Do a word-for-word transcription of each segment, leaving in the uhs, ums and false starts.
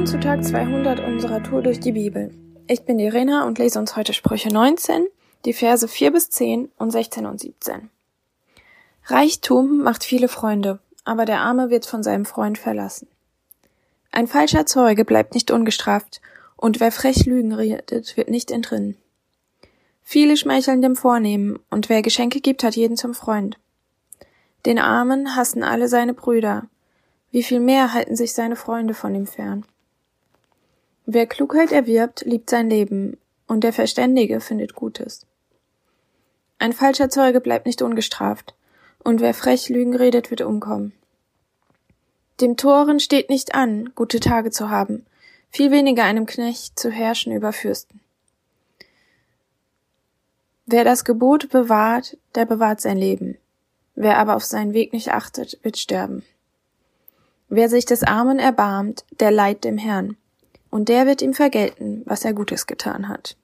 Willkommen zu Tag zweihundert unserer Tour durch die Bibel. Ich bin die Rena und lese uns heute Sprüche neunzehn, die Verse vier bis zehn und sechzehn und siebzehn. Reichtum macht viele Freunde, aber der Arme wird von seinem Freund verlassen. Ein falscher Zeuge bleibt nicht ungestraft, und wer frech Lügen redet, wird nicht entrinnen. Viele schmeicheln dem Vornehmen, und wer Geschenke gibt, hat jeden zum Freund. Den Armen hassen alle seine Brüder, wie viel mehr halten sich seine Freunde von ihm fern. Wer Klugheit erwirbt, liebt sein Leben, und der Verständige findet Gutes. Ein falscher Zeuge bleibt nicht ungestraft, und wer frech Lügen redet, wird umkommen. Dem Toren steht nicht an, gute Tage zu haben, viel weniger einem Knecht zu herrschen über Fürsten. Wer das Gebot bewahrt, der bewahrt sein Leben. Wer aber auf seinen Weg nicht achtet, wird sterben. Wer sich des Armen erbarmt, der leiht dem Herrn, und der wird ihm vergelten, was er Gutes getan hat.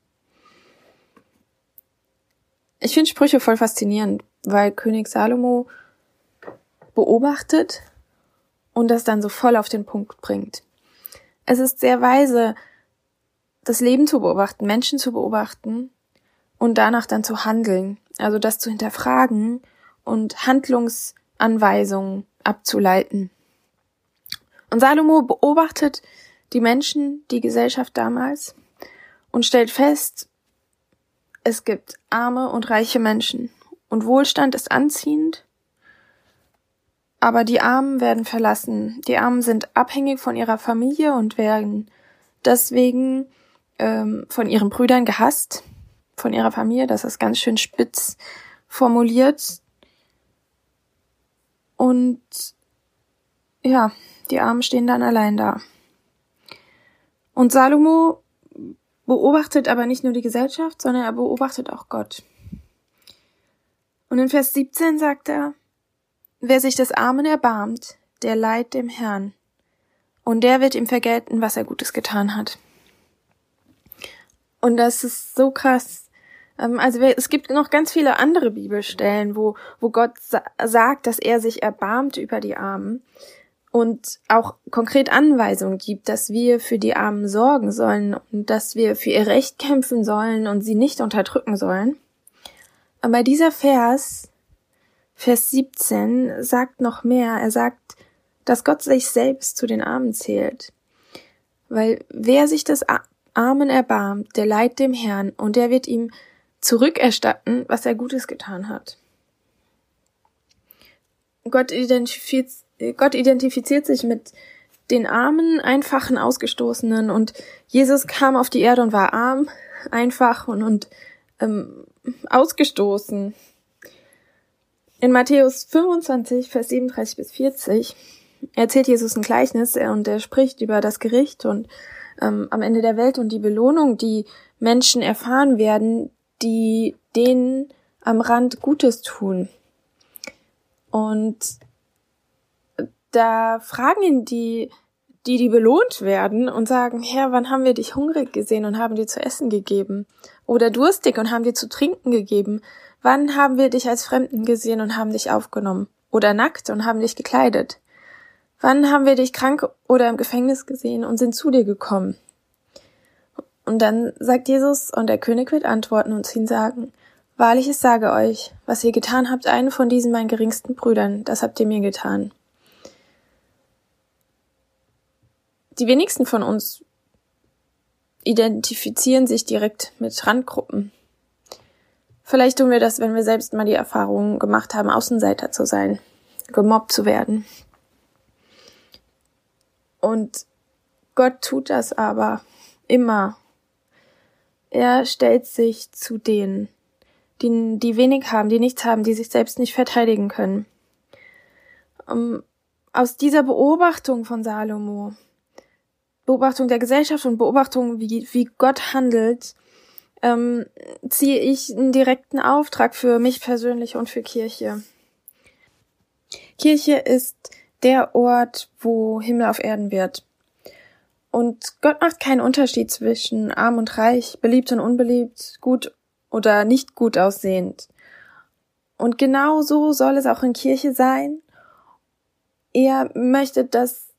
Ich finde Sprüche voll faszinierend, weil König Salomo beobachtet und das dann so voll auf den Punkt bringt. Es ist sehr weise, das Leben zu beobachten, Menschen zu beobachten und danach dann zu handeln, also das zu hinterfragen und Handlungsanweisungen abzuleiten. Und Salomo beobachtet die Menschen, die Gesellschaft damals und stellt fest, es gibt arme und reiche Menschen und Wohlstand ist anziehend, aber die Armen werden verlassen. Die Armen sind abhängig von ihrer Familie und werden deswegen ähm, von ihren Brüdern gehasst, von ihrer Familie, das ist ganz schön spitz formuliert. Und ja, die Armen stehen dann allein da. Und Salomo beobachtet aber nicht nur die Gesellschaft, sondern er beobachtet auch Gott. Und in Vers siebzehn sagt er, wer sich des Armen erbarmt, der leiht dem Herrn, und der wird ihm vergelten, was er Gutes getan hat. Und das ist so krass. Also es gibt noch ganz viele andere Bibelstellen, wo, wo Gott sa- sagt, dass er sich erbarmt über die Armen und auch konkret Anweisungen gibt, dass wir für die Armen sorgen sollen und dass wir für ihr Recht kämpfen sollen und sie nicht unterdrücken sollen. Aber dieser Vers, Vers siebzehn, sagt noch mehr. Er sagt, dass Gott sich selbst zu den Armen zählt. Weil wer sich des Armen erbarmt, der leiht dem Herrn, und der wird ihm zurückerstatten, was er Gutes getan hat. Gott identifiziert, Gott identifiziert sich mit den Armen, einfachen, Ausgestoßenen, und Jesus kam auf die Erde und war arm, einfach und, und ähm, ausgestoßen. In Matthäus fünfundzwanzig, Vers siebenunddreißig bis vierzig erzählt Jesus ein Gleichnis und er spricht über das Gericht und ähm, am Ende der Welt und die Belohnung, die Menschen erfahren werden, die denen am Rand Gutes tun. Und da fragen ihn die, die, die belohnt werden und sagen, Herr, wann haben wir dich hungrig gesehen und haben dir zu essen gegeben? Oder durstig und haben dir zu trinken gegeben? Wann haben wir dich als Fremden gesehen und haben dich aufgenommen? Oder nackt und haben dich gekleidet? Wann haben wir dich krank oder im Gefängnis gesehen und sind zu dir gekommen? Und dann sagt Jesus, und der König wird antworten und zu ihnen sagen, wahrlich, ich sage euch, was ihr getan habt, einen von diesen meinen geringsten Brüdern, das habt ihr mir getan. Die wenigsten von uns identifizieren sich direkt mit Randgruppen. Vielleicht tun wir das, wenn wir selbst mal die Erfahrung gemacht haben, Außenseiter zu sein, gemobbt zu werden. Und Gott tut das aber immer. Er stellt sich zu denen, die, die wenig haben, die nichts haben, die sich selbst nicht verteidigen können. Um, aus dieser Beobachtung von Salomo, Beobachtung der Gesellschaft und Beobachtung, wie, wie Gott handelt, ähm, ziehe ich einen direkten Auftrag für mich persönlich und für Kirche. Kirche ist der Ort, wo Himmel auf Erden wird. Und Gott macht keinen Unterschied zwischen arm und reich, beliebt und unbeliebt, gut oder nicht gut aussehend. Und genau so soll es auch in Kirche sein. Er möchte, dass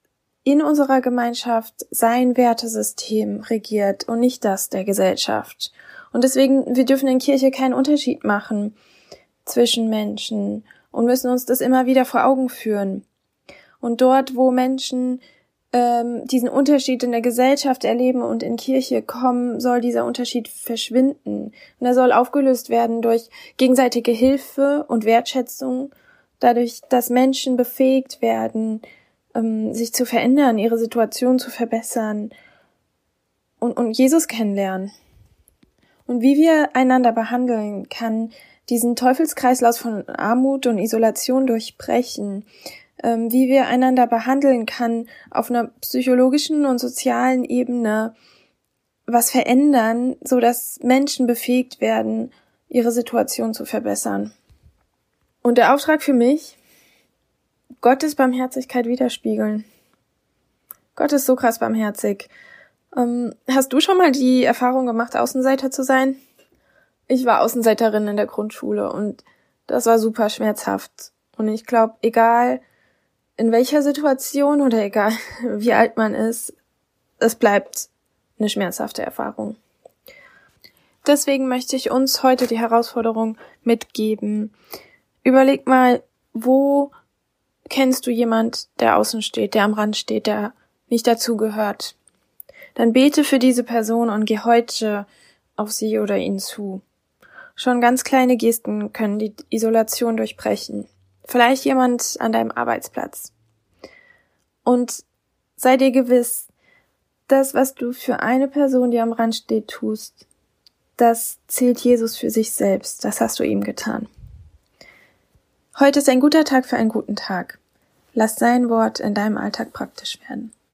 in unserer Gemeinschaft sein Wertesystem regiert und nicht das der Gesellschaft. Und deswegen, wir dürfen in Kirche keinen Unterschied machen zwischen Menschen und müssen uns das immer wieder vor Augen führen. Und dort, wo Menschen ähm, diesen Unterschied in der Gesellschaft erleben und in Kirche kommen, soll dieser Unterschied verschwinden. Und er soll aufgelöst werden durch gegenseitige Hilfe und Wertschätzung, dadurch, dass Menschen befähigt werden, ähm, sich zu verändern, ihre Situation zu verbessern und, und Jesus kennenlernen. Und wie wir einander behandeln, kann diesen Teufelskreislauf von Armut und Isolation durchbrechen. Ähm, wie wir einander behandeln, kann auf einer psychologischen und sozialen Ebene was verändern, so dass Menschen befähigt werden, ihre Situation zu verbessern. Und der Auftrag für mich: Gottes Barmherzigkeit widerspiegeln. Gott ist so krass barmherzig. Ähm, hast du schon mal die Erfahrung gemacht, Außenseiter zu sein? Ich war Außenseiterin in der Grundschule und das war super schmerzhaft. Und ich glaube, egal in welcher Situation oder egal wie alt man ist, es bleibt eine schmerzhafte Erfahrung. Deswegen möchte ich uns heute die Herausforderung mitgeben. Überleg mal, wo kennst du jemand, der außen steht, der am Rand steht, der nicht dazugehört? Dann bete für diese Person und geh heute auf sie oder ihn zu. Schon ganz kleine Gesten können die Isolation durchbrechen. Vielleicht jemand an deinem Arbeitsplatz. Und sei dir gewiss, das, was du für eine Person, die am Rand steht, tust, das zählt Jesus für sich selbst. Das hast du ihm getan. Heute ist ein guter Tag für einen guten Tag. Lass sein Wort in deinem Alltag praktisch werden.